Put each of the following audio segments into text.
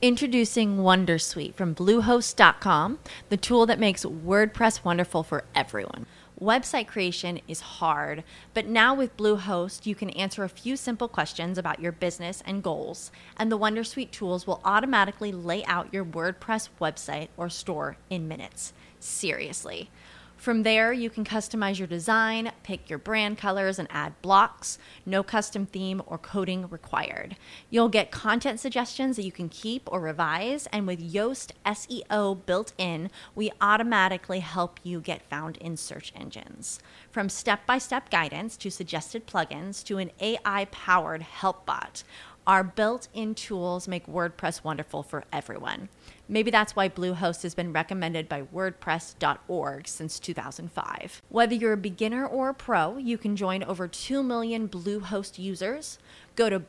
Introducing Wondersuite from Bluehost.com, the tool that makes WordPress wonderful for everyone. Website creation is hard, but now with Bluehost, you can answer a few simple questions about your business and goals, and the Wondersuite tools will automatically lay out your WordPress website or store in minutes. Seriously. From there, you can customize your design, pick your brand colors, and add blocks. No custom theme or coding required. You'll get content suggestions that you can keep or revise, and with Yoast SEO built in, we automatically help you get found in search engines. From step-by-step guidance to suggested plugins to an AI-powered help bot, our built-in tools make WordPress wonderful for everyone. Maybe that's why Bluehost has been recommended by WordPress.org since 2005. Whether you're a beginner or a pro, you can join over 2 million Bluehost users. Go to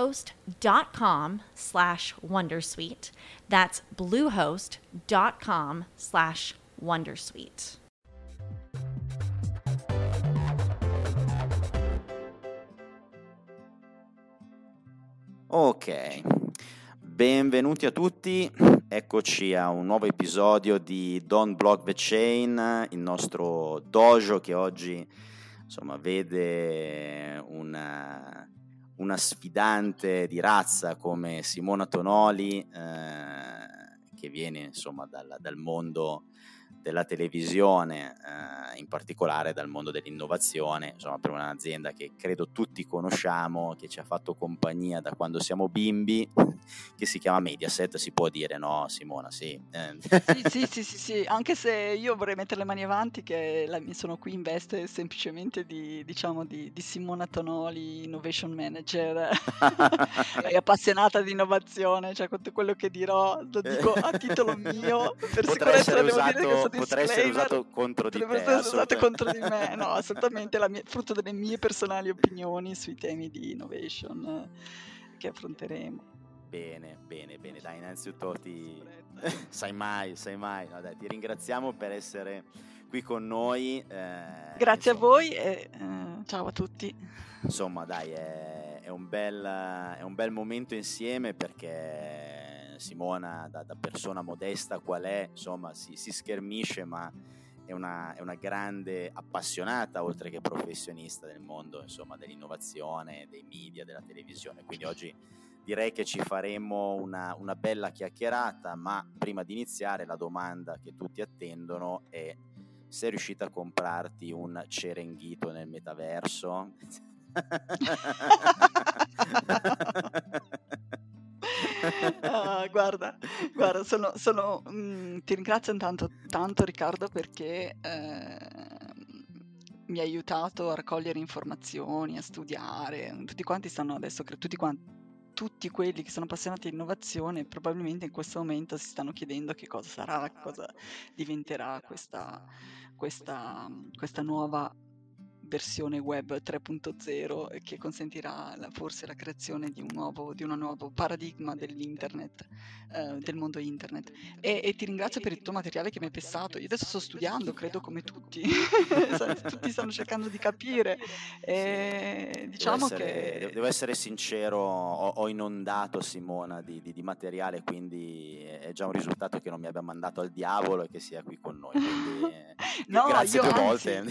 bluehost.com/wondersuite. That's bluehost.com/wondersuite. Ok, benvenuti a tutti, eccoci a un nuovo episodio di Don't Block the Chain, il nostro dojo che oggi vede una sfidante di razza come Simona Tonoli, che viene dal mondo della televisione, in particolare dal mondo dell'innovazione, per un'azienda che credo tutti conosciamo, che ci ha fatto compagnia da quando siamo bimbi, che si chiama Mediaset, si può dire, no Simona? Sì. Sì, anche se io vorrei mettere le mani avanti che sono qui in veste semplicemente di Simona Tonoli, Innovation Manager e appassionata di innovazione, cioè tutto quello che dirò lo dico a titolo mio, per sicurezza devo dire che questo potrà essere usato contro di potrebbe te, essere usato contro di me, no, assolutamente frutto delle mie personali opinioni sui temi di innovation che affronteremo. Bene, dai, innanzitutto sai mai, no, dai, ti ringraziamo per essere qui con noi. Grazie a voi e ciao a tutti. Insomma, dai, è un bel momento insieme perché Simona, da persona modesta qual è, si schermisce, ma è una grande appassionata, oltre che professionista del mondo, dell'innovazione, dei media, della televisione. Quindi oggi direi che ci faremo una bella chiacchierata, ma prima di iniziare la domanda che tutti attendono è: sei riuscita a comprarti un Cerenghito nel metaverso? Guarda, ti ringrazio tanto Riccardo perché mi ha aiutato a raccogliere informazioni, a studiare. Tutti quanti stanno adesso, tutti quelli che sono appassionati di innovazione probabilmente in questo momento si stanno chiedendo che cosa sarà, cosa diventerà questa nuova versione web 3.0 che consentirà forse la creazione di un nuovo paradigma dell'internet, del mondo internet. E ti ringrazio per il tuo materiale che mi hai pestato. Io adesso sto studiando, credo come tutti. Tutti stanno cercando di capire. Diciamo che devo essere sincero, ho inondato Simona di materiale, quindi è già un risultato che non mi abbia mandato al diavolo e che sia qui con noi. Quindi, no, grazie io due volte.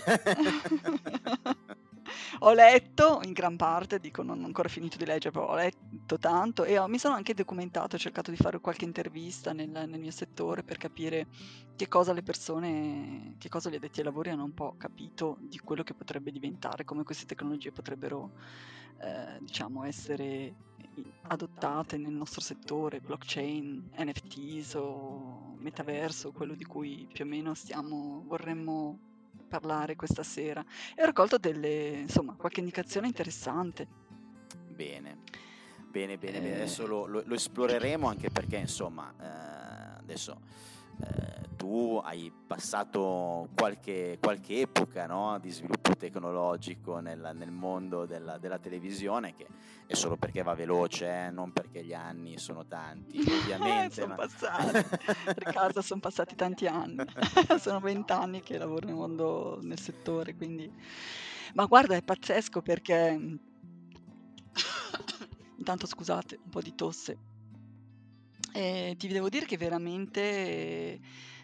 Ho letto in gran parte, non ho ancora finito di leggere, però ho letto tanto e mi sono anche documentato, ho cercato di fare qualche intervista nel mio settore per capire che cosa gli addetti ai lavori hanno un po' capito di quello che potrebbe diventare, come queste tecnologie potrebbero essere adottate nel nostro settore, blockchain, NFTs o metaverso, quello di cui più o meno vorremmo parlare questa sera, e ho raccolto qualche indicazione interessante. Bene. Adesso lo esploreremo, anche perché adesso tu hai passato qualche epoca, no, di sviluppo tecnologico nel mondo della televisione, che è solo perché va veloce, non perché gli anni sono tanti, ovviamente. Sono passati, Riccardo, sono passati tanti anni. Sono 20 anni che lavoro nel settore, quindi. Ma guarda, è pazzesco perché intanto scusate, un po' di tosse. Ti devo dire che veramente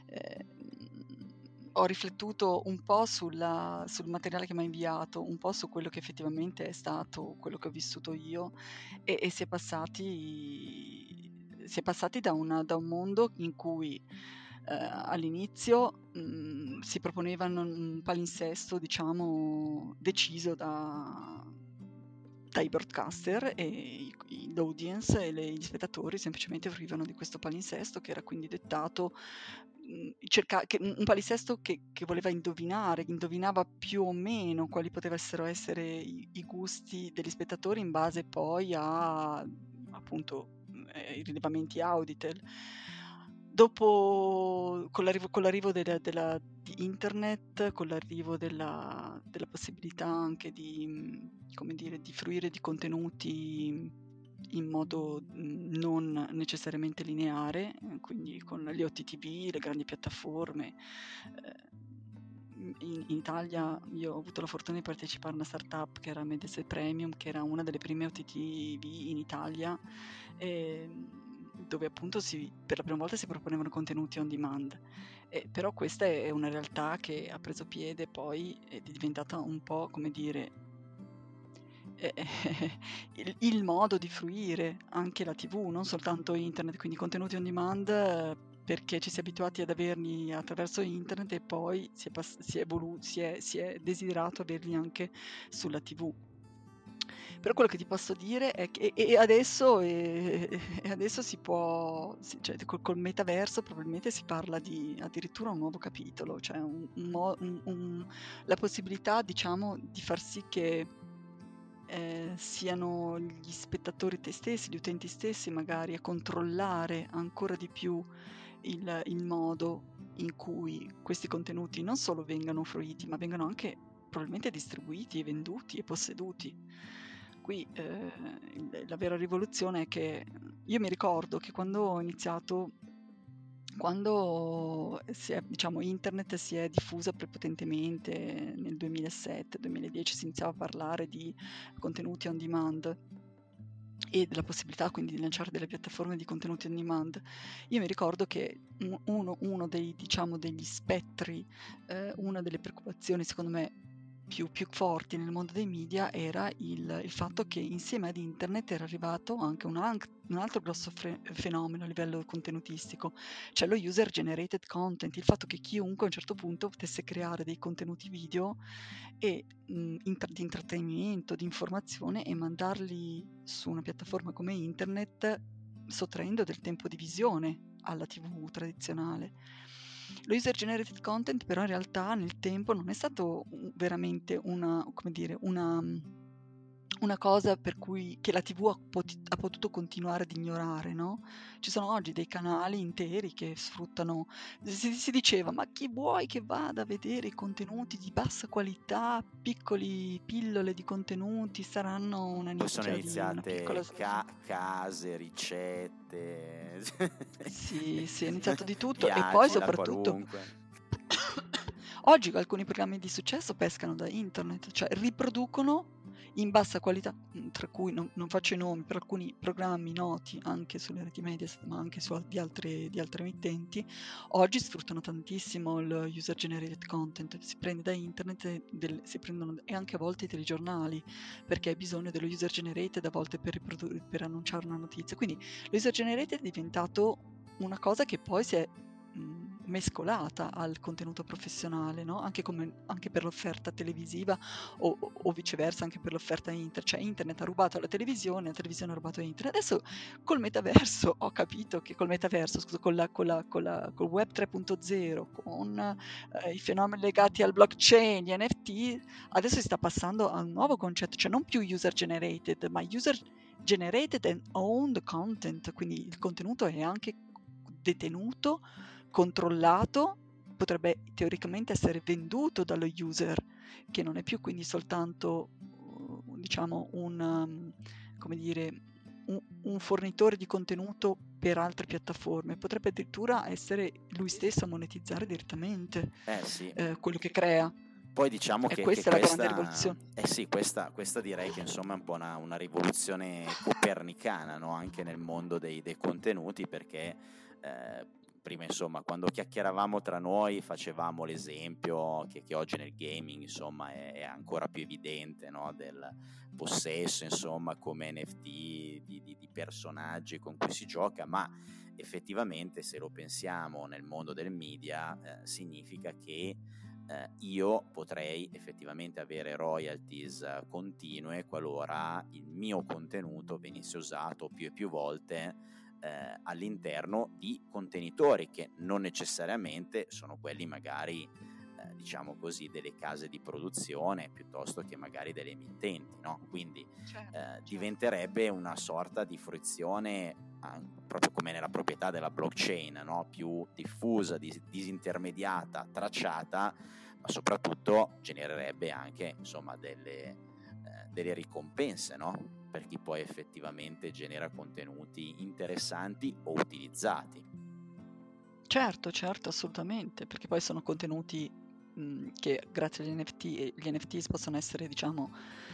ho riflettuto un po' sul materiale che m'hai inviato, un po' su quello che effettivamente è stato quello che ho vissuto io, e si è passati da un mondo in cui all'inizio si proponevano un palinsesto, diciamo, deciso dai broadcaster, e l'audience e gli spettatori semplicemente fruivano di questo palinsesto, che era quindi dettato, un palinsesto che voleva indovinava più o meno quali potessero essere i gusti degli spettatori in base poi a, appunto, i rilevamenti Auditel. Dopo, con l'arrivo di internet, con l'arrivo della possibilità anche di, come dire, di fruire di contenuti in modo non necessariamente lineare, quindi con le OTTV, le grandi piattaforme. In Italia io ho avuto la fortuna di partecipare a una startup che era Mediaset Premium, che era una delle prime OTTV in Italia, dove appunto per la prima volta si proponevano contenuti on demand. Però questa è una realtà che ha preso piede poi ed è diventata un po', come dire, il modo di fruire anche la TV, non soltanto internet, quindi contenuti on demand, perché ci si è abituati ad averli attraverso internet, e poi si è desiderato averli anche sulla TV. Però quello che ti posso dire è che adesso si può, cioè, col metaverso probabilmente si parla di addirittura un nuovo capitolo, cioè la possibilità, diciamo, di far sì che siano gli spettatori stessi, gli utenti stessi magari a controllare ancora di più il modo in cui questi contenuti non solo vengano fruiti, ma vengano anche probabilmente distribuiti, venduti e posseduti. Qui la vera rivoluzione è che io mi ricordo che quando ho iniziato, quando diciamo, internet si è diffusa prepotentemente nel 2007-2010, si iniziava a parlare di contenuti on demand e della possibilità quindi di lanciare delle piattaforme di contenuti on demand. Io mi ricordo che uno dei, diciamo, degli spettri, una delle preoccupazioni secondo me più forti nel mondo dei media era il fatto che insieme ad internet era arrivato anche un altro grosso fenomeno a livello contenutistico, cioè lo user generated content, il fatto che chiunque a un certo punto potesse creare dei contenuti video e di intrattenimento, di informazione, e mandarli su una piattaforma come internet, sottraendo del tempo di visione alla TV tradizionale. Lo user generated content però in realtà nel tempo non è stato veramente una cosa per cui che la TV ha potuto continuare ad ignorare, no? Ci sono oggi dei canali interi che sfruttano, si diceva, ma chi vuoi che vada a vedere i contenuti di bassa qualità, pillole di contenuti, saranno una Poi sono nicchia di una piccola... iniziate case, ricette, Sì, è iniziato di tutto, e poi viaggi da soprattutto qualunque. oggi alcuni programmi di successo pescano da internet, cioè riproducono in bassa qualità, tra cui non faccio i nomi, per alcuni programmi noti anche sulle reti Mediaset, ma anche di altre emittenti, oggi sfruttano tantissimo il user generated content, si prende da internet, si prendono, e anche a volte i telegiornali, perché hai bisogno dello user generated a volte per annunciare una notizia. Quindi lo user generated è diventato una cosa che poi si è mescolata al contenuto professionale, no? Anche per l'offerta televisiva, o viceversa anche per l'offerta internet, cioè internet ha rubato alla televisione, la televisione ha rubato internet. Adesso col metaverso ho capito che col web 3.0, con i fenomeni legati al blockchain, gli NFT, adesso si sta passando a un nuovo concetto, cioè non più user generated, ma user generated and owned content, quindi il contenuto è anche detenuto, controllato, potrebbe teoricamente essere venduto dallo user, che non è più quindi soltanto diciamo come dire, un fornitore di contenuto per altre piattaforme, potrebbe addirittura essere lui stesso a monetizzare direttamente Sì. quello che crea. Poi diciamo E che questa è la grande questa, rivoluzione. sì, questa direi che insomma è un po' una rivoluzione copernicana, no? Anche nel mondo dei contenuti, perché prima insomma quando chiacchieravamo tra noi facevamo l'esempio che oggi nel gaming insomma è ancora più evidente, no? Del possesso insomma come NFT di personaggi con cui si gioca, ma effettivamente se lo pensiamo nel mondo del media significa che io potrei effettivamente avere royalties continue qualora il mio contenuto venisse usato più e più volte all'interno di contenitori che non necessariamente sono quelli magari diciamo così delle case di produzione piuttosto che magari delle emittenti, no? Quindi Certo. diventerebbe una sorta di fruizione proprio come nella proprietà della blockchain, no? Più diffusa, disintermediata, tracciata, ma soprattutto genererebbe anche insomma delle ricompense, no? Per chi poi effettivamente genera contenuti interessanti o utilizzati. Certo, assolutamente, perché poi sono contenuti che grazie agli NFT, e gli NFTs possono essere, diciamo,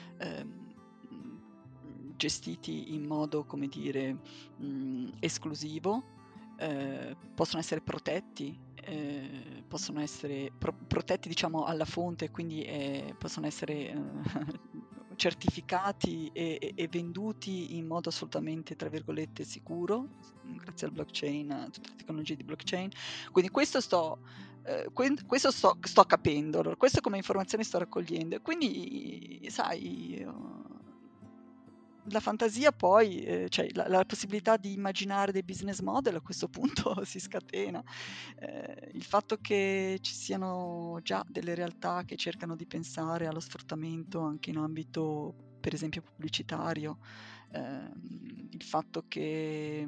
gestiti in modo, come dire, esclusivo, possono essere protetti, possono essere protetti, diciamo, alla fonte, quindi possono essere certificati e venduti in modo assolutamente, tra virgolette, sicuro, grazie al blockchain, a tutte le tecnologie di blockchain. Quindi questo sto capendo, allora, questo come informazioni sto raccogliendo. E quindi, sai, la fantasia poi, cioè la possibilità di immaginare dei business model a questo punto si scatena. Il fatto che ci siano già delle realtà che cercano di pensare allo sfruttamento anche in ambito, per esempio, pubblicitario, il fatto che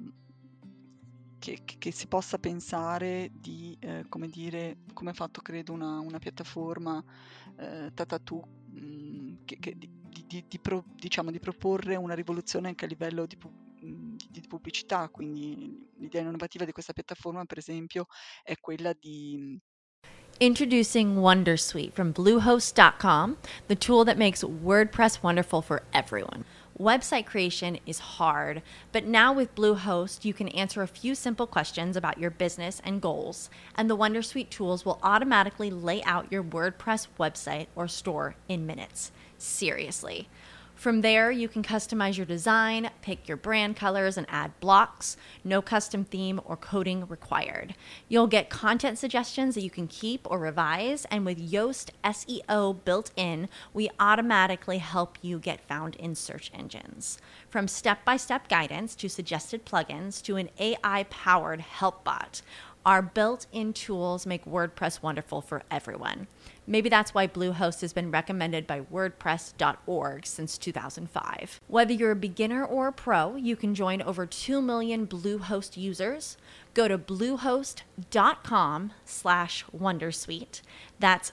si possa pensare di, come dire, come ha fatto credo una piattaforma, Tatatù, diciamo, di proporre una rivoluzione anche a livello di pubblicità. Quindi l'idea innovativa di questa piattaforma, per esempio, è quella di Introducing Wondersuite from Bluehost.com, the tool that makes WordPress wonderful for everyone. Website creation is hard, but now with Bluehost, you can answer a few simple questions about your business and goals, and the Wondersuite tools will automatically lay out your WordPress website or store in minutes. Seriously. From there, you can customize your design, pick your brand colors, and add blocks. No custom theme or coding required. You'll get content suggestions that you can keep or revise, and with Yoast SEO built in, we automatically help you get found in search engines. From step-by-step guidance to suggested plugins to an AI-powered help bot, our built-in tools make WordPress wonderful for everyone. Maybe that's why Bluehost has been recommended by WordPress.org since 2005. Whether you're a beginner or a pro, you can join over 2 million Bluehost users. Go to bluehost.com/wondersuite. That's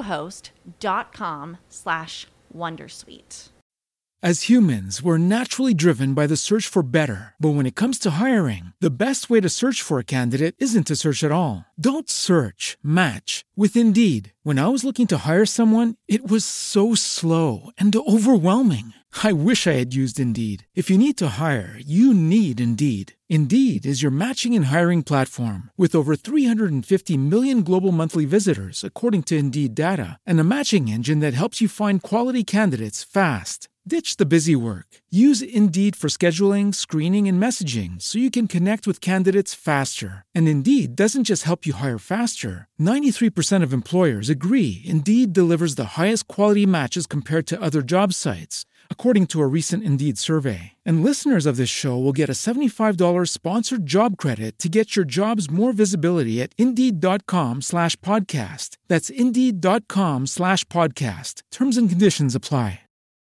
bluehost.com/wondersuite. As humans, we're naturally driven by the search for better. But when it comes to hiring, the best way to search for a candidate isn't to search at all. Don't search, match with Indeed. When I was looking to hire someone, it was so slow and overwhelming. I wish I had used Indeed. If you need to hire, you need Indeed. Indeed is your matching and hiring platform with over 350 million global monthly visitors, according to Indeed data, and a matching engine that helps you find quality candidates fast. Ditch the busy work. Use Indeed for scheduling, screening, and messaging so you can connect with candidates faster. And Indeed doesn't just help you hire faster. 93% of employers agree Indeed delivers the highest quality matches compared to other job sites, according to a recent Indeed survey. And listeners of this show will get a $75 sponsored job credit to get your jobs more visibility at Indeed.com/podcast. That's Indeed.com/podcast. Terms and conditions apply.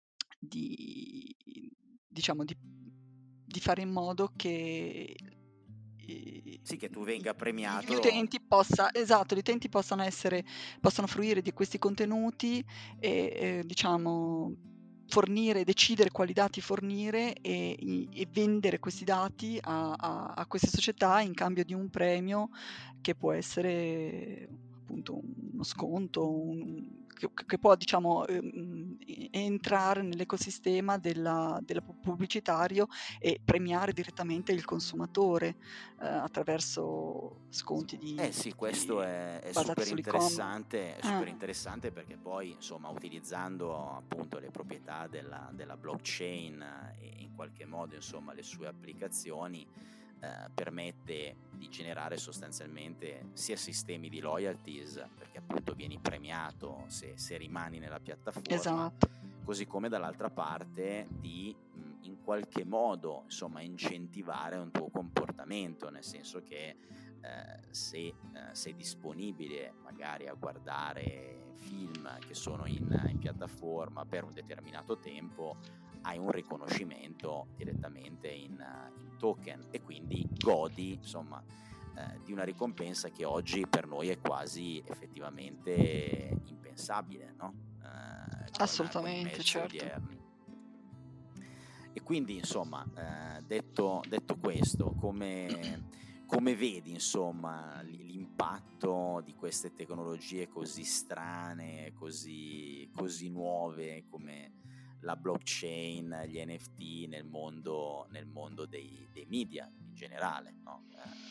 Diciamo di fare in modo che sì, che tu venga premiato, gli utenti possano fruire di questi contenuti e diciamo decidere quali dati fornire e vendere questi dati a queste società in cambio di un premio che può essere appunto uno sconto, che può, diciamo, entrare nell'ecosistema del pubblicitario e premiare direttamente il consumatore attraverso sconti Sì, questo è basati super sull'e-commerce. interessante perché poi, insomma, utilizzando appunto le proprietà della blockchain e in qualche modo, insomma, le sue applicazioni, permette di generare sostanzialmente sia sistemi di loyalties, perché appunto vieni premiato se rimani nella piattaforma, Esatto. così come dall'altra parte di in qualche modo, insomma, incentivare un tuo comportamento, nel senso che se sei disponibile magari a guardare film che sono in piattaforma per un determinato tempo, hai un riconoscimento direttamente in token e quindi godi, insomma, di una ricompensa che oggi per noi è quasi effettivamente impensabile, no? Con i Assolutamente, mezzi certo. odierni. E quindi, insomma, detto questo, come vedi, insomma, l'impatto di queste tecnologie così strane, così nuove come la blockchain, gli NFT nel mondo dei media in generale, no?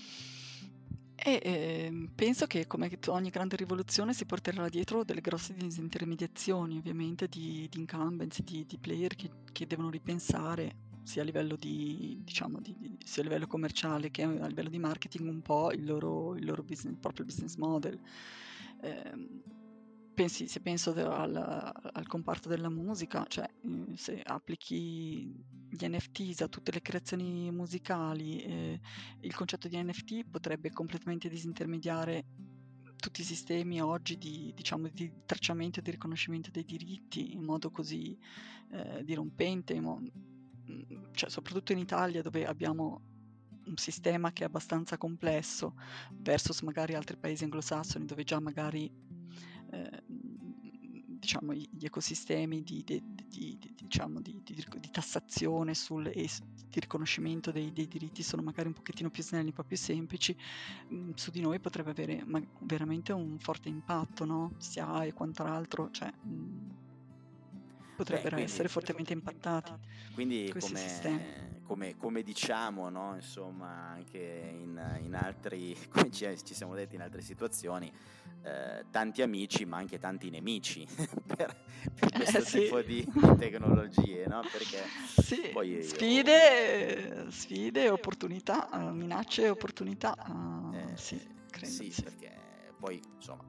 Penso che come ogni grande rivoluzione si porterà dietro delle grosse disintermediazioni, ovviamente, di incumbents, di player che devono ripensare sia a livello diciamo, sia a livello commerciale che a livello di marketing un po' il loro business, il proprio business model. Se penso al comparto della musica, cioè se applichi gli NFTs a tutte le creazioni musicali, il concetto di NFT potrebbe completamente disintermediare tutti i sistemi oggi diciamo, di tracciamento e di riconoscimento dei diritti in modo così dirompente, cioè, soprattutto in Italia dove abbiamo un sistema che è abbastanza complesso versus magari altri paesi anglosassoni dove già magari diciamo gli ecosistemi diciamo, di tassazione e di riconoscimento dei diritti sono magari un pochettino più snelli, un po' più semplici. Su di noi potrebbe avere veramente un forte impatto, no? SIA e quant'altro, cioè potrebbero essere fortemente impattati Quindi questi sistemi. come diciamo, no? Insomma, anche in altri, come ci siamo detti in altre situazioni, tanti amici ma anche tanti nemici per questo Sì. tipo di tecnologie, no? Perché Sì, poi sfide, opportunità, minacce e opportunità, sì, credo sì, di sì. perché poi, insomma,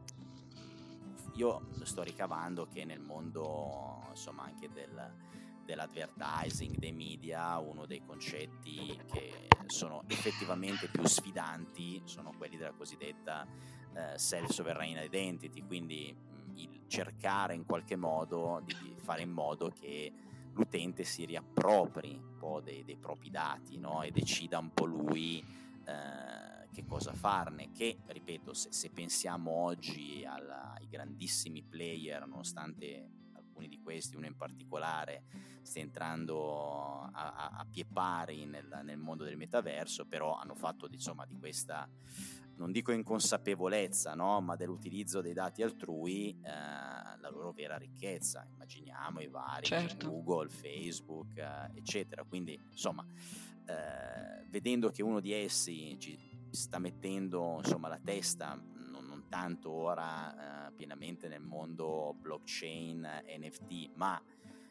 io sto ricavando che nel mondo, insomma, anche dell'advertising, dei media, uno dei concetti che sono effettivamente più sfidanti sono quelli della cosiddetta self-sovereign identity, quindi il cercare in qualche modo di fare in modo che l'utente si riappropri un po' dei propri dati, no? E decida un po' lui che cosa farne, che, ripeto, se pensiamo oggi ai grandissimi player, nonostante alcuni di questi, uno in particolare, stia entrando a pie pari nel mondo del metaverso, però hanno fatto, insomma, di questa, non dico inconsapevolezza, no? Ma dell'utilizzo dei dati altrui la loro vera ricchezza. Immaginiamo i vari Certo. Google, Facebook, eccetera. Quindi, insomma, vedendo che uno di essi ci sta mettendo, insomma, la testa non tanto ora pienamente nel mondo blockchain, NFT, ma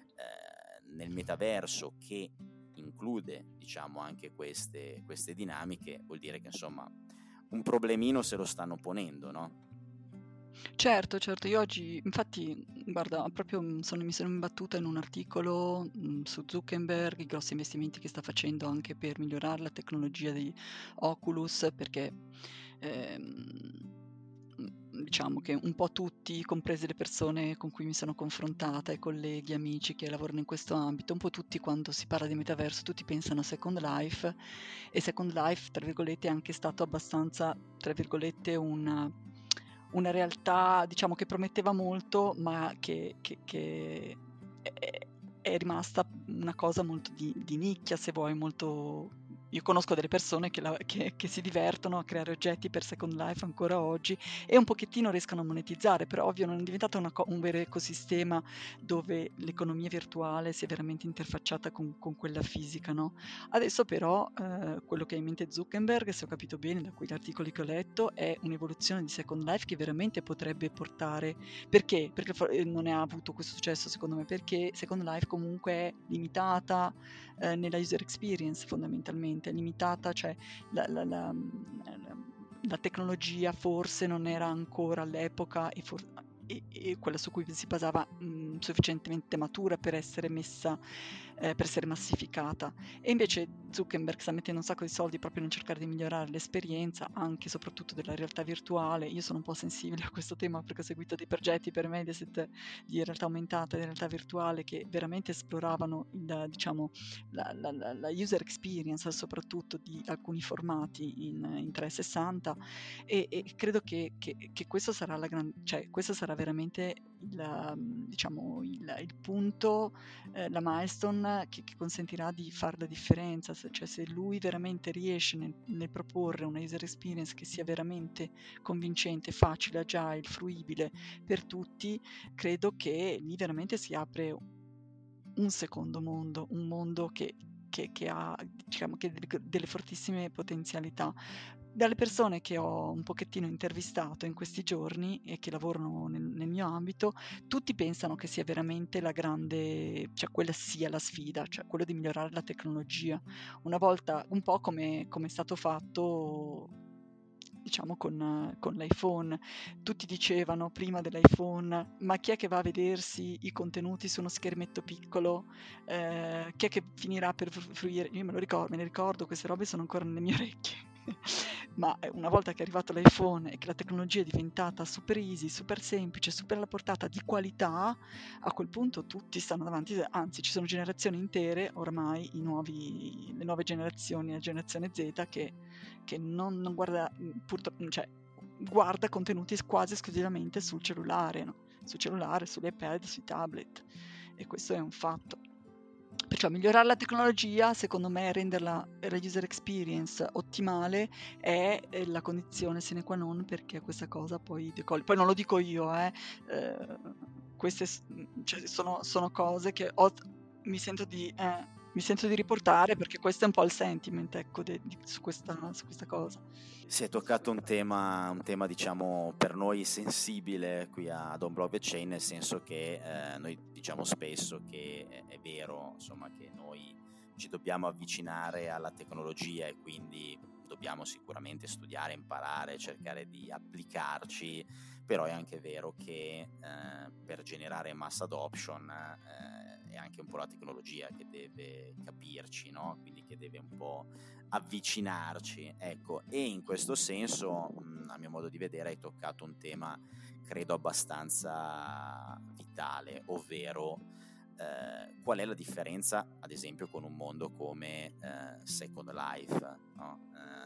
nel metaverso, che include, diciamo, anche queste dinamiche, vuol dire che, insomma, un problemino se lo stanno ponendo, no? Certo, io oggi, infatti, guarda, proprio mi sono imbattuta in un articolo su Zuckerberg, i grossi investimenti che sta facendo anche per migliorare la tecnologia di Oculus, perché diciamo che un po' tutti, comprese le persone con cui mi sono confrontata, i colleghi, amici che lavorano in questo ambito, un po' tutti quando si parla di metaverso, tutti pensano a Second Life, e Second Life, tra virgolette, è anche stato abbastanza, tra virgolette, una realtà, diciamo, che prometteva molto, ma che è rimasta una cosa molto di nicchia, se vuoi, molto Io conosco delle persone che si divertono a creare oggetti per Second Life ancora oggi e un pochettino riescono a monetizzare, però ovvio non è diventato un vero ecosistema dove l'economia virtuale si è veramente interfacciata con quella fisica, no? Adesso però quello che ha in mente Zuckerberg, se ho capito bene da quegli articoli che ho letto, è un'evoluzione di Second Life che veramente potrebbe portare... Perché? Perché non ha avuto questo successo secondo me? Perché Second Life comunque è limitata nella user experience fondamentalmente, limitata, cioè la tecnologia forse non era ancora all'epoca e quella su cui si basava sufficientemente matura per essere messa, per essere massificata. E invece Zuckerberg sta mettendo un sacco di soldi proprio nel cercare di migliorare l'esperienza, anche e soprattutto della realtà virtuale. Io sono un po' sensibile a questo tema perché ho seguito dei progetti per Mediaset di realtà aumentata e di realtà virtuale che veramente esploravano diciamo, la user experience, soprattutto di alcuni formati in 360 e credo che questo sarà cioè questo sarà veramente diciamo il punto, la milestone che consentirà di far la differenza, cioè se lui veramente riesce nel proporre una user experience che sia veramente convincente, facile, agile, fruibile per tutti, credo che lì veramente si apre un secondo mondo, un mondo che ha diciamo che delle fortissime potenzialità. Dalle persone che ho un pochettino intervistato in questi giorni e che lavorano nel mio ambito, tutti pensano che sia veramente la grande, cioè quella sia la sfida, cioè quello di migliorare la tecnologia. Una volta, un po' come è stato fatto, diciamo, con l'iPhone. Tutti dicevano prima dell'iPhone: ma chi è che va a vedersi i contenuti su uno schermetto piccolo? Chi è che finirà per fruire? Io me ne ricordo, queste robe sono ancora nelle mie orecchie. Ma una volta che è arrivato l'iPhone e che la tecnologia è diventata super easy, super semplice, super alla portata, di qualità, a quel punto tutti stanno davanti, anzi ci sono generazioni intere ormai, le nuove generazioni, la generazione Z che non guarda, cioè guarda contenuti quasi esclusivamente sul cellulare, no? Sul cellulare, sull'iPad, sui tablet, e questo è un fatto. Perciò migliorare la tecnologia, secondo me, renderla la user experience ottimale è la condizione sine qua non perché questa cosa poi decolli. Poi non lo dico io, queste cioè, sono cose che mi sento di riportare perché questo è un po' il sentiment, ecco, su questa cosa. Si è toccato un tema diciamo per noi sensibile qui ad On Blog Chain, nel senso che noi diciamo spesso che è vero, insomma, che noi ci dobbiamo avvicinare alla tecnologia e quindi dobbiamo sicuramente studiare, imparare, cercare di applicarci, però è anche vero che per generare mass adoption è anche un po' la tecnologia che deve capirci, no? Quindi che deve un po' avvicinarci, ecco. E in questo senso, a mio modo di vedere, hai toccato un tema credo abbastanza vitale, ovvero qual è la differenza ad esempio con un mondo come Second Life, no?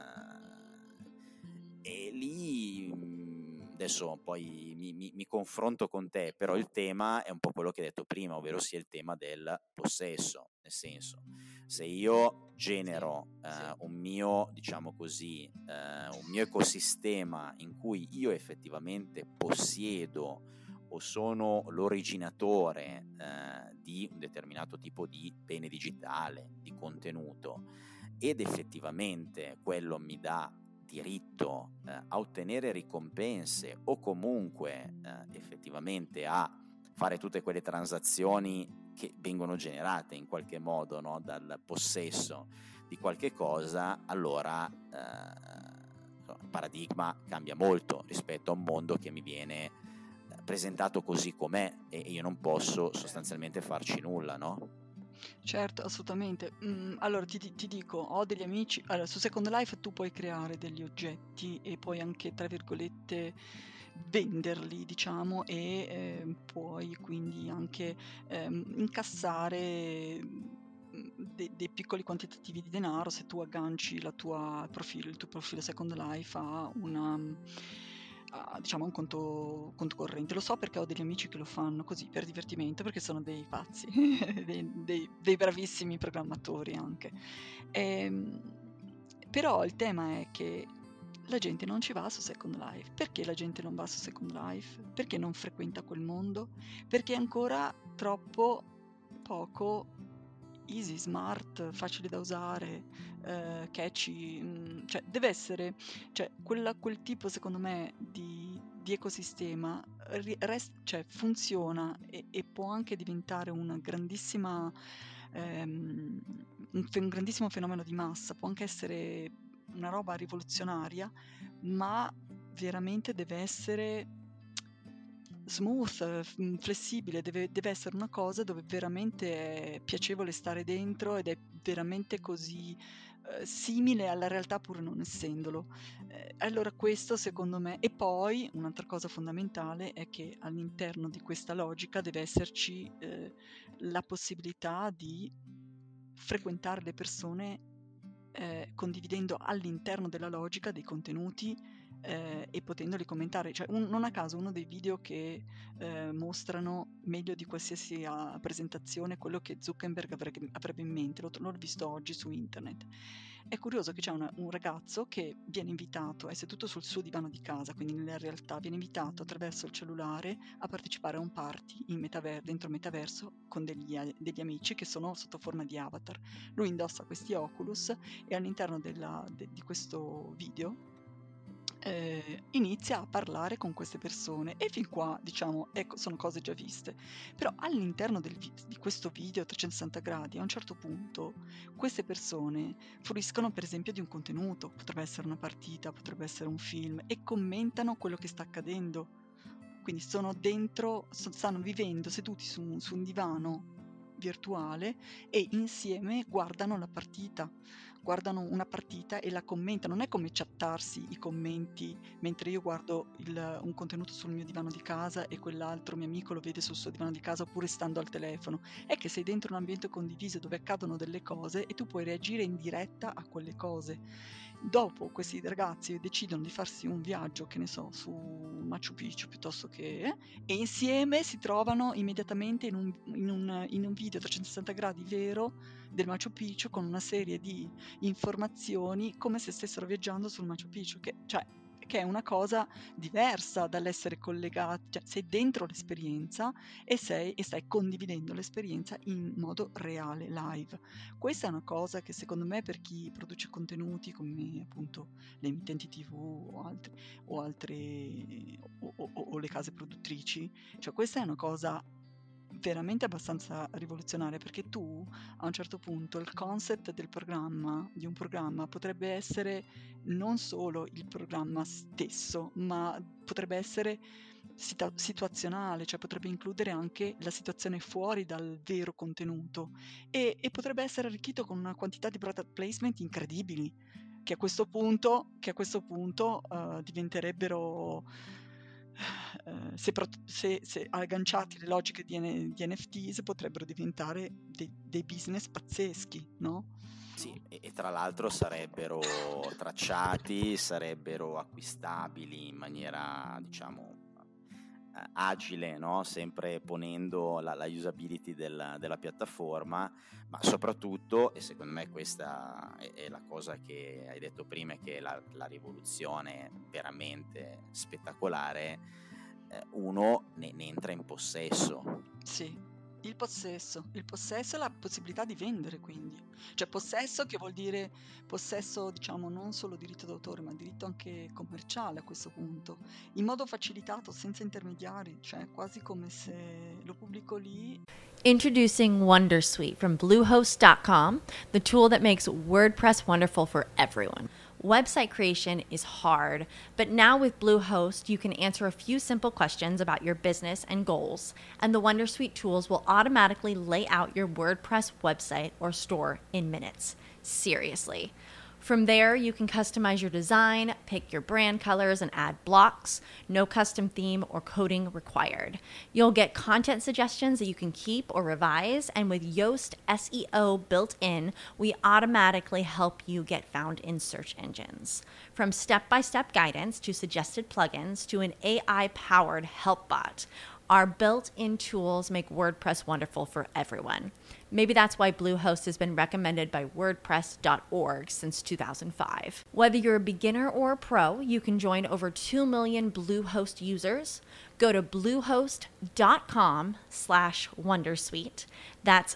E lì adesso poi mi confronto con te, però il tema è un po' quello che hai detto prima, ovvero sia il tema del possesso, nel senso, se io genero un mio, diciamo così, un mio ecosistema in cui io effettivamente possiedo o sono l'originatore di un determinato tipo di bene digitale, di contenuto, ed effettivamente quello mi dà diritto a ottenere ricompense o comunque effettivamente a fare tutte quelle transazioni che vengono generate in qualche modo, no, dal possesso di qualche cosa, allora il paradigma cambia molto rispetto a un mondo che mi viene presentato così com'è e io non posso sostanzialmente farci nulla, no? Certo, assolutamente. Allora ti dico, ho degli amici, allora su Second Life tu puoi creare degli oggetti e puoi anche, tra virgolette, venderli, diciamo, e puoi quindi anche incassare dei piccoli quantitativi di denaro se tu agganci il tuo profilo Second Life a diciamo un conto corrente. Lo so perché ho degli amici che lo fanno così per divertimento, perché sono dei pazzi, dei bravissimi programmatori anche. Però il tema è che la gente non ci va su Second Life. Perché la gente non va su Second Life? Perché non frequenta quel mondo? Perché è ancora troppo poco easy, smart, facile da usare, catchy, cioè deve essere, cioè quel tipo secondo me di ecosistema cioè, funziona e può anche diventare una grandissima, un grandissimo fenomeno di massa, può anche essere una roba rivoluzionaria, ma veramente deve essere smooth, flessibile, deve essere una cosa dove veramente è piacevole stare dentro ed è veramente così simile alla realtà pur non essendolo. Allora questo secondo me, e poi un'altra cosa fondamentale è che all'interno di questa logica deve esserci la possibilità di frequentare le persone condividendo all'interno della logica dei contenuti e potendoli commentare. Cioè, non a caso uno dei video che mostrano meglio di qualsiasi presentazione quello che Zuckerberg avrebbe in mente, l'ho visto oggi su internet. È curioso che c'è un ragazzo che viene invitato, è seduto sul suo divano di casa, quindi nella realtà viene invitato attraverso il cellulare a partecipare a un party dentro il metaverso con degli amici che sono sotto forma di avatar. Lui indossa questi Oculus e all'interno di questo video inizia a parlare con queste persone e fin qua diciamo ecco sono cose già viste, però all'interno di questo video a 360 gradi a un certo punto queste persone fruiscono per esempio di un contenuto, potrebbe essere una partita, potrebbe essere un film e commentano quello che sta accadendo, quindi sono dentro, stanno vivendo seduti su un divano virtuale e insieme guardano una partita e la commentano. Non è come chattarsi i commenti mentre io guardo un contenuto sul mio divano di casa e quell'altro mio amico lo vede sul suo divano di casa oppure stando al telefono. È che sei dentro un ambiente condiviso dove accadono delle cose e tu puoi reagire in diretta a quelle cose. Dopo questi ragazzi decidono di farsi un viaggio, che ne so, su Machu Picchu piuttosto che... e insieme si trovano immediatamente in un video a 360 gradi vero del Machu Picchu con una serie di informazioni come se stessero viaggiando sul Machu Picchu, che è una cosa diversa dall'essere collegati, cioè sei dentro l'esperienza e stai condividendo l'esperienza in modo reale, live. Questa è una cosa che secondo me per chi produce contenuti come appunto le emittenti TV o le case produttrici, cioè questa è una cosa veramente abbastanza rivoluzionaria, perché tu a un certo punto il concept di un programma potrebbe essere non solo il programma stesso, ma potrebbe essere situazionale, cioè potrebbe includere anche la situazione fuori dal vero contenuto e potrebbe essere arricchito con una quantità di product placement incredibili che a questo punto diventerebbero se agganciati alle logiche di NFTs potrebbero diventare dei business pazzeschi, no? Sì, e tra l'altro sarebbero tracciati, sarebbero acquistabili in maniera, diciamo, agile, no? Sempre ponendo la usability della piattaforma, ma soprattutto, e secondo me questa è la cosa che hai detto prima, che è la rivoluzione veramente spettacolare, uno ne entra in possesso. Sì. Il possesso e la possibilità di vendere, quindi. Cioè possesso che vuol dire possesso, diciamo, non solo diritto d'autore, ma diritto anche commerciale a questo punto, in modo facilitato, senza intermediari, cioè quasi come se lo pubblico lì. Introducing Wondersuite from Bluehost.com, the tool that makes WordPress wonderful for everyone. Website creation is hard, but now with Bluehost, you can answer a few simple questions about your business and goals, and the Wondersuite tools will automatically lay out your WordPress website or store in minutes. Seriously. From there, you can customize your design, pick your brand colors, and add blocks. No custom theme or coding required. You'll get content suggestions that you can keep or revise, and with Yoast SEO built in, we automatically help you get found in search engines. From step-by-step guidance to suggested plugins to an AI-powered help bot, Our built-in tools make WordPress wonderful for everyone. Maybe that's why Bluehost has been recommended by WordPress.org since 2005. Whether you're a beginner or a pro, you can join over 2 million Bluehost users. Go to bluehost.com/wondersuite. That's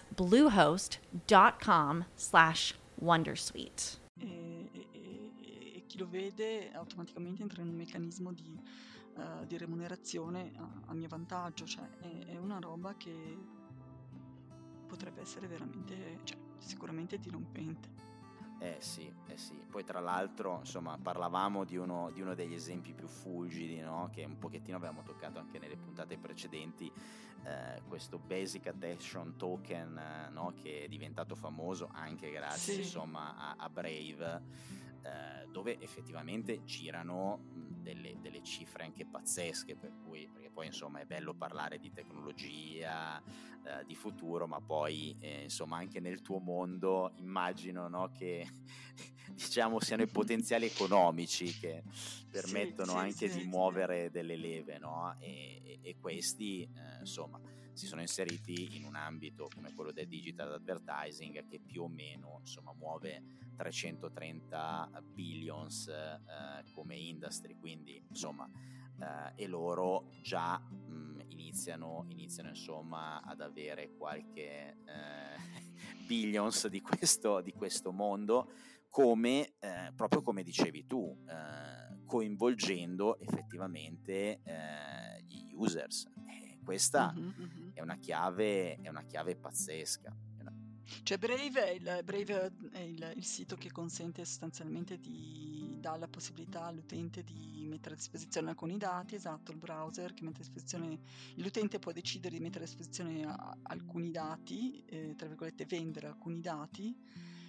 bluehost.com/wondersuite. E chi lo vede automaticamente entra in un meccanismo di remunerazione a mio vantaggio, cioè è una roba che potrebbe essere veramente, cioè, sicuramente dirompente. Sì. Poi tra l'altro, insomma, parlavamo di uno degli esempi più fulgidi, no? Che un pochettino avevamo toccato anche nelle puntate precedenti, questo Basic Attention Token, no? Che è diventato famoso anche grazie, Sì. insomma, a Brave, dove effettivamente girano delle cifre anche pazzesche, perché poi insomma è bello parlare di tecnologia, di futuro, ma poi insomma anche nel tuo mondo immagino, no, che diciamo siano i potenziali economici che permettono anche di muovere delle leve, no? E questi insomma si sono inseriti in un ambito come quello del digital advertising, che più o meno insomma muove 330 billions come industry, quindi insomma e loro già iniziano insomma ad avere qualche billions di questo mondo, come proprio come dicevi tu, coinvolgendo effettivamente gli users. Questa è una chiave pazzesca. Cioè Brave è il sito che consente sostanzialmente dà la possibilità all'utente di mettere a disposizione alcuni dati, esatto, il browser che mette a disposizione, l'utente può decidere di mettere a disposizione alcuni dati, tra virgolette vendere alcuni dati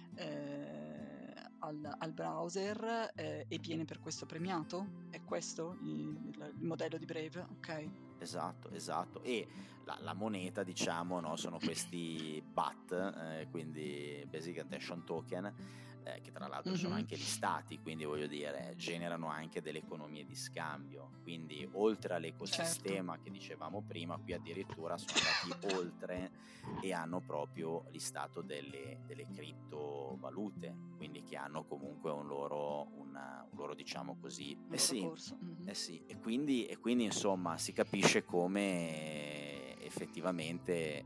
al browser e viene per questo premiato? È questo il modello di Brave? Ok. Esatto. E la moneta, diciamo, no, sono questi BAT, quindi Basic Attention Token, che tra l'altro sono anche listati, quindi voglio dire, generano anche delle economie di scambio. Quindi oltre all'ecosistema che dicevamo prima, qui addirittura sono andati oltre e hanno proprio listato delle criptovalute, quindi che hanno comunque un loro diciamo così, corso. Sì, e quindi insomma si capisce come effettivamente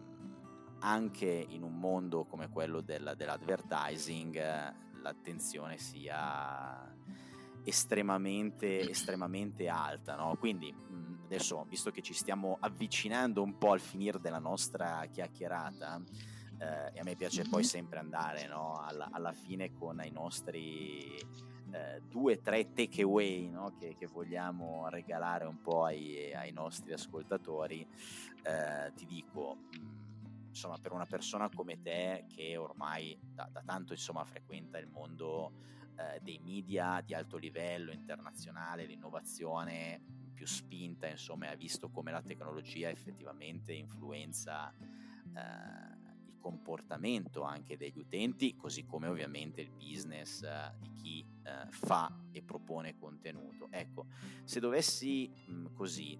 anche in un mondo come quello dell'advertising l'attenzione sia estremamente alta, no? Quindi adesso, visto che ci stiamo avvicinando un po' al finire della nostra chiacchierata, e a me piace poi sempre andare, no, alla fine con i nostri 2-3 takeaway, no, che vogliamo regalare un po' ai nostri ascoltatori, ti dico, insomma, per una persona come te che ormai da tanto insomma frequenta il mondo dei media di alto livello internazionale, l'innovazione più spinta, insomma, ha visto come la tecnologia effettivamente influenza il comportamento anche degli utenti, così come ovviamente il business di chi fa e propone contenuto. Ecco, se dovessi così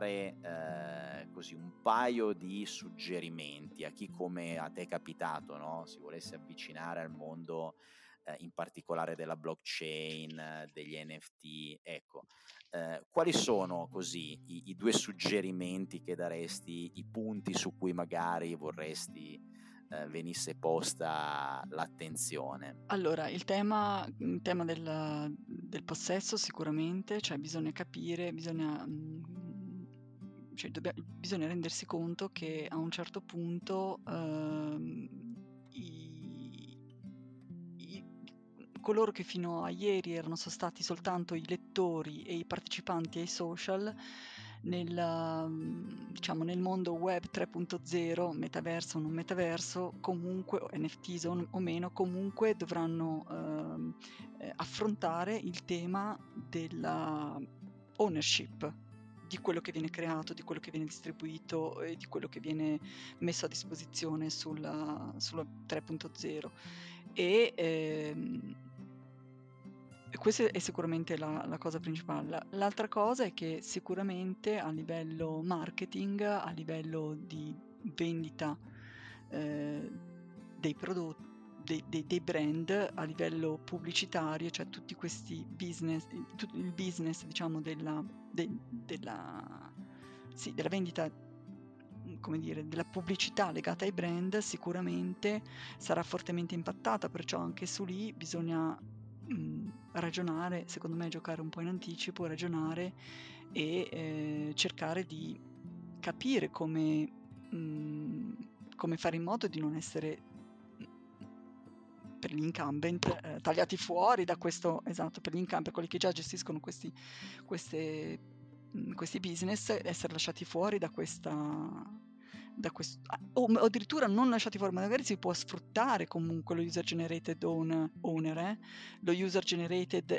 dare così un paio di suggerimenti a chi come a te è capitato, no? Si volesse avvicinare al mondo in particolare della blockchain, degli NFT, ecco, quali sono così i 2 suggerimenti che daresti, i punti su cui magari vorresti venisse posta l'attenzione? Allora, il tema del possesso sicuramente, cioè bisogna capire, bisogna rendersi conto che a un certo punto coloro che fino a ieri erano stati soltanto i lettori e i partecipanti ai social, nel mondo web 3.0, metaverso o non metaverso, comunque NFTs o meno, comunque dovranno affrontare il tema della ownership di quello che viene creato, di quello che viene distribuito e di quello che viene messo a disposizione sulla 3.0 e questa è sicuramente la cosa principale. L'altra cosa è che sicuramente a livello marketing, a livello di vendita dei prodotti, dei brand, a livello pubblicitario, cioè tutti questi business, il business diciamo della vendita, come dire, della pubblicità legata ai brand, sicuramente sarà fortemente impattata, perciò anche su lì bisogna ragionare, secondo me giocare un po' in anticipo, ragionare e cercare di capire come fare in modo di non essere per gli incumbent tagliati fuori da questo, esatto, per gli incumbent, quelli che già gestiscono questi business, essere lasciati fuori da questo, o addirittura non lasciati fuori, ma magari si può sfruttare comunque lo user generated owner, lo user generated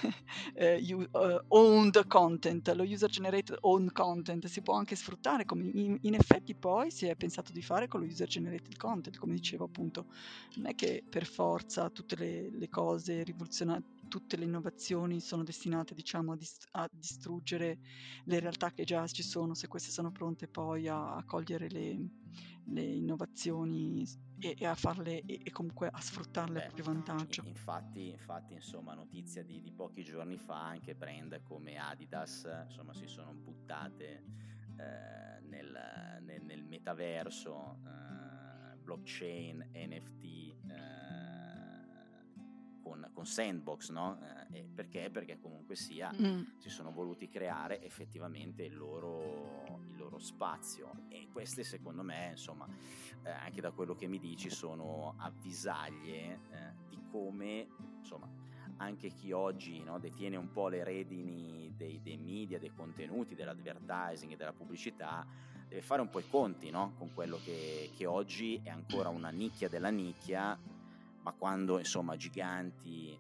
owned content, lo user generated owned content si può anche sfruttare, come in effetti poi si è pensato di fare con lo user generated content, come dicevo appunto. Non è che per forza tutte le cose rivoluzionarie, tutte le innovazioni sono destinate, diciamo, a distruggere le realtà che già ci sono, se queste sono pronte poi a cogliere le innovazioni e a farle e comunque a sfruttarle a proprio vantaggio. Infatti, insomma, notizia di pochi giorni fa, anche brand come Adidas, insomma, si sono buttate nel metaverso, blockchain, NFT, con Sandbox, no? Perché comunque sia si sono voluti creare effettivamente il loro spazio, e queste secondo me, insomma, anche da quello che mi dici, sono avvisaglie di come, insomma, anche chi oggi, no, detiene un po' le redini dei media, dei contenuti, dell'advertising e della pubblicità, deve fare un po' i conti, no, con quello che oggi è ancora una nicchia della nicchia, ma quando, insomma, giganti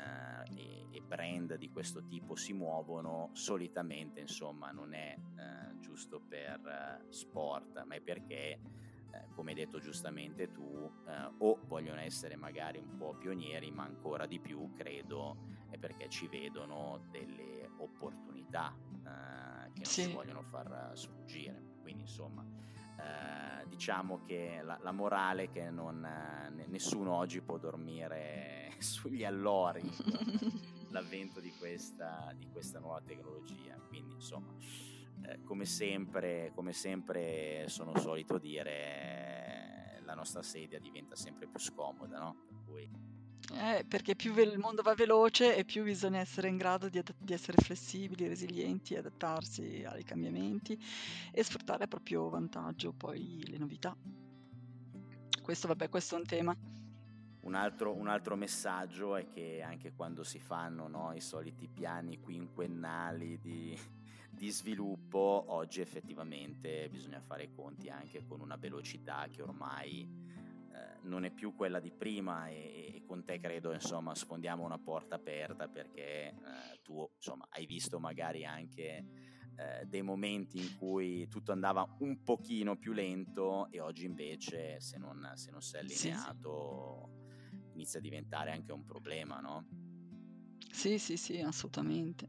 e brand di questo tipo si muovono, solitamente, insomma, non è giusto per sport, ma è perché, come hai detto giustamente tu, o vogliono essere magari un po' pionieri, ma ancora di più, credo, è perché ci vedono delle opportunità che non si vogliono far sfuggire. Quindi, insomma, diciamo che la morale è che nessuno oggi può dormire sugli allori con l'avvento di questa nuova tecnologia. Quindi, insomma, come sempre sono solito dire, la nostra sedia diventa sempre più scomoda, no? Per cui perché più il mondo va veloce e più bisogna essere in grado di essere flessibili, resilienti, adattarsi ai cambiamenti e sfruttare a proprio vantaggio poi le novità. Questo è un tema. Un altro messaggio è che anche quando si fanno, no, i soliti piani quinquennali di sviluppo, oggi effettivamente bisogna fare i conti anche con una velocità che ormai non è più quella di prima, e con te credo, insomma, sfondiamo una porta aperta, perché tu, insomma, hai visto magari anche dei momenti in cui tutto andava un pochino più lento, e oggi invece, se non sei allineato, inizia a diventare anche un problema, no? Sì, assolutamente.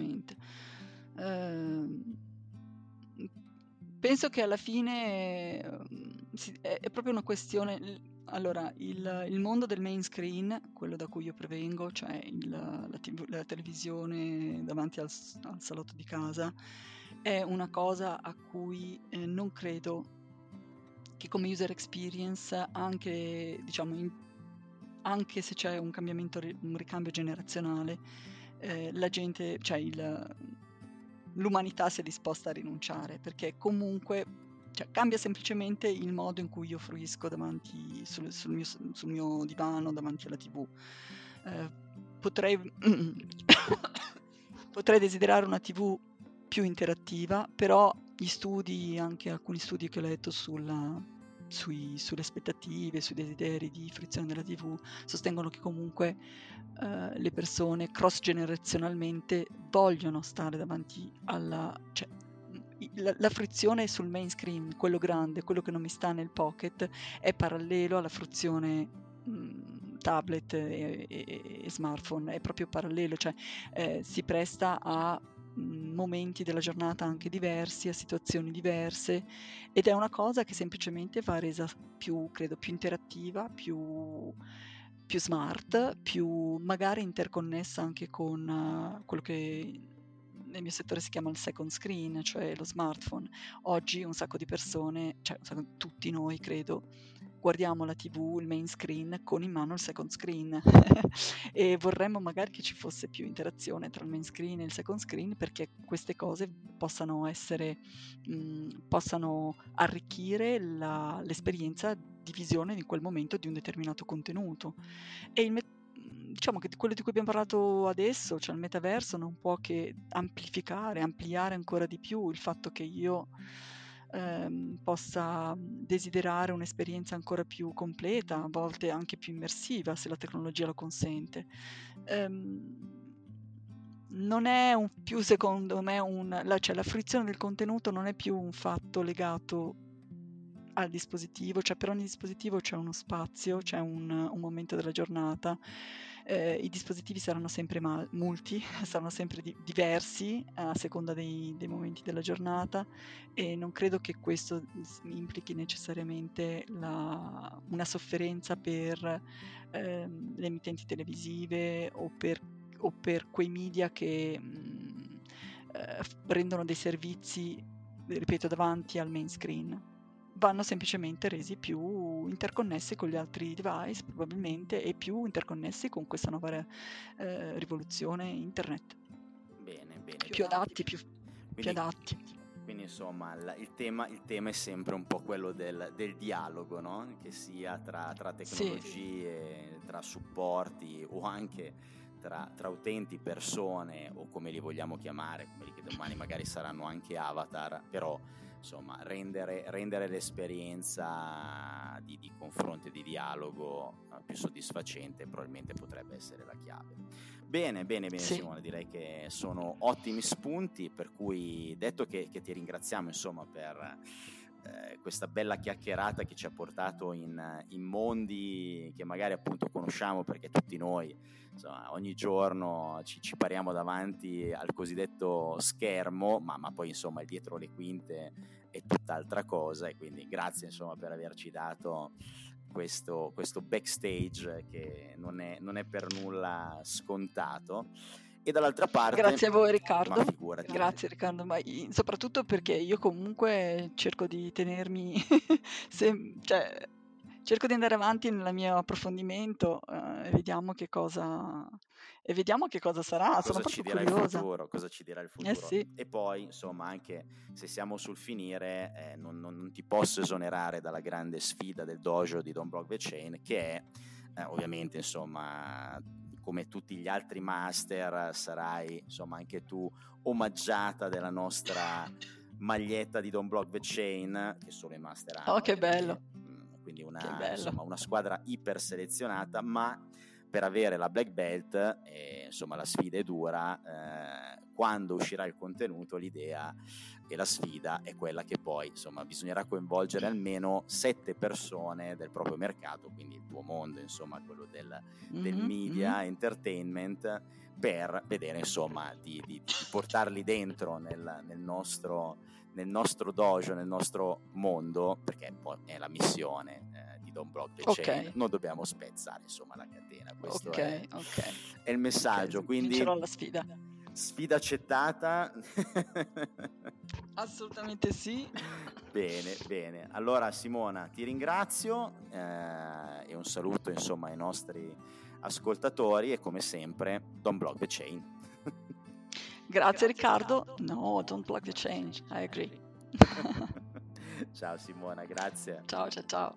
Penso che alla fine è proprio una questione. Allora, il mondo del main screen, quello da cui io provengo, cioè la televisione davanti al salotto di casa, è una cosa a cui non credo che come user experience, anche, diciamo, anche se c'è un cambiamento, un ricambio generazionale, la gente, cioè l'umanità si è disposta a rinunciare, perché comunque, cioè, cambia semplicemente il modo in cui io fruisco davanti sul mio divano, davanti alla TV. Potrei desiderare una TV più interattiva, però gli studi, anche alcuni studi che ho letto sulle aspettative, sui desideri di fruizione della TV, sostengono che comunque le persone cross-generazionalmente vogliono stare davanti cioè, la fruizione sul main screen, quello grande, quello che non mi sta nel pocket, è parallelo alla fruizione tablet e smartphone, è proprio parallelo, cioè si presta a momenti della giornata anche diversi, a situazioni diverse, ed è una cosa che semplicemente va resa più, credo, più interattiva, più smart, più magari interconnessa anche con quello che nel mio settore si chiama il second screen, cioè lo smartphone. Oggi un sacco di persone, cioè tutti noi credo, guardiamo la TV, il main screen, con in mano il second screen e vorremmo magari che ci fosse più interazione tra il main screen e il second screen, perché queste cose possano essere, possano arricchire l'esperienza di visione in quel momento di un determinato contenuto. E diciamo che quello di cui abbiamo parlato adesso, cioè il metaverso, non può che ampliare ancora di più il fatto che io possa desiderare un'esperienza ancora più completa, a volte anche più immersiva, se la tecnologia lo consente. Non è più, secondo me, cioè la fruizione del contenuto non è più un fatto legato al dispositivo, cioè per ogni dispositivo c'è uno spazio, c'è un momento della giornata. I dispositivi saranno sempre multi, saranno sempre diversi a seconda dei momenti della giornata, e non credo che questo implichi necessariamente una sofferenza per le emittenti televisive o per quei media che rendono dei servizi, ripeto, davanti al main screen. Vanno semplicemente resi più interconnessi con gli altri device, probabilmente, e più interconnessi con questa nuova rivoluzione internet. Bene. Più adatti, più adatti. Quindi insomma il tema è sempre un po' quello del dialogo, no? Che sia tra tecnologie, sì, tra supporti o anche tra utenti, persone, o come li vogliamo chiamare, come che domani magari saranno anche avatar, però insomma rendere l'esperienza di confronto e di dialogo più soddisfacente probabilmente potrebbe essere la chiave. Bene, sì. Simone, direi che sono ottimi spunti, per cui detto che ti ringraziamo insomma per questa bella chiacchierata che ci ha portato in mondi che magari appunto conosciamo, perché tutti noi insomma ogni giorno ci pariamo davanti al cosiddetto schermo, ma poi insomma dietro le quinte è tutt'altra cosa, e quindi grazie insomma per averci dato questo backstage che non è per nulla scontato. E dall'altra parte, grazie a voi Riccardo, ma figurati. Grazie Riccardo, ma soprattutto perché io comunque cerco di tenermi cerco di andare avanti nel mio approfondimento, e vediamo che cosa sarà. Sono proprio curiosa. Cosa ci dirà il futuro. Sì. E poi insomma, anche se siamo sul finire, non ti posso esonerare dalla grande sfida del dojo di Don't Block the Chain, che è ovviamente insomma, come tutti gli altri master, sarai insomma anche tu omaggiata della nostra maglietta di Don't Block the Chain, che solo i master hanno. Oh, che bello! Quindi una squadra iper selezionata, ma per avere la black belt, insomma la sfida è dura. Quando uscirà il contenuto, l'idea e la sfida è quella che poi insomma bisognerà coinvolgere almeno 7 persone del proprio mercato, quindi il tuo mondo, insomma quello del media, entertainment, per vedere insomma di portarli dentro nel nostro dojo, nel nostro mondo, perché poi è la missione di Don't Block the Chain. Non dobbiamo spezzare insomma la catena, questo è il messaggio. Quindi vincerò la sfida accettata. Assolutamente sì. Bene, allora Simona ti ringrazio, e un saluto insomma ai nostri ascoltatori, e come sempre Don't Block the Chain. Grazie Riccardo. No, don't block the chain. I agree. Ciao Simona, grazie. Ciao.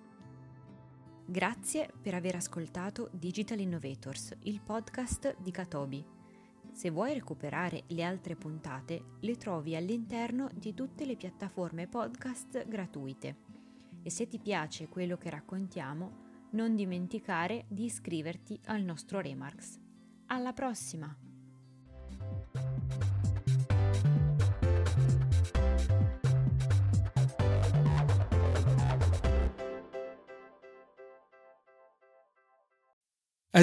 Grazie per aver ascoltato Digital Innovators, il podcast di Katobi. Se vuoi recuperare le altre puntate, le trovi all'interno di tutte le piattaforme podcast gratuite. E se ti piace quello che raccontiamo, non dimenticare di iscriverti al nostro Remarks. Alla prossima!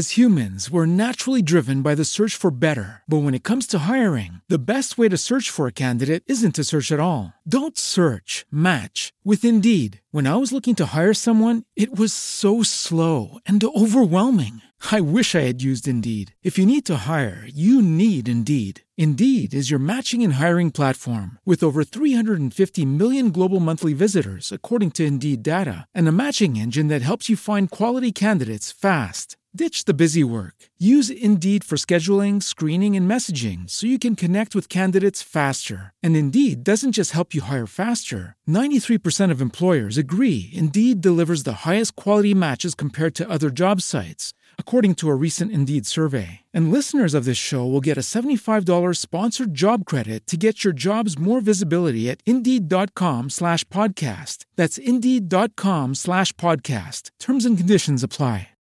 As humans, we're naturally driven by the search for better. But when it comes to hiring, the best way to search for a candidate isn't to search at all. Don't search, match with Indeed. When I was looking to hire someone, it was so slow and overwhelming. I wish I had used Indeed. If you need to hire, you need Indeed. Indeed is your matching and hiring platform with over 350 million global monthly visitors, according to Indeed data, and a matching engine that helps you find quality candidates fast. Ditch the busy work. Use Indeed for scheduling, screening, and messaging so you can connect with candidates faster. And Indeed doesn't just help you hire faster. 93% of employers agree Indeed delivers the highest quality matches compared to other job sites, according to a recent Indeed survey. And listeners of this show will get a $75 sponsored job credit to get your jobs more visibility at Indeed.com/podcast. That's Indeed.com/podcast. Terms and conditions apply.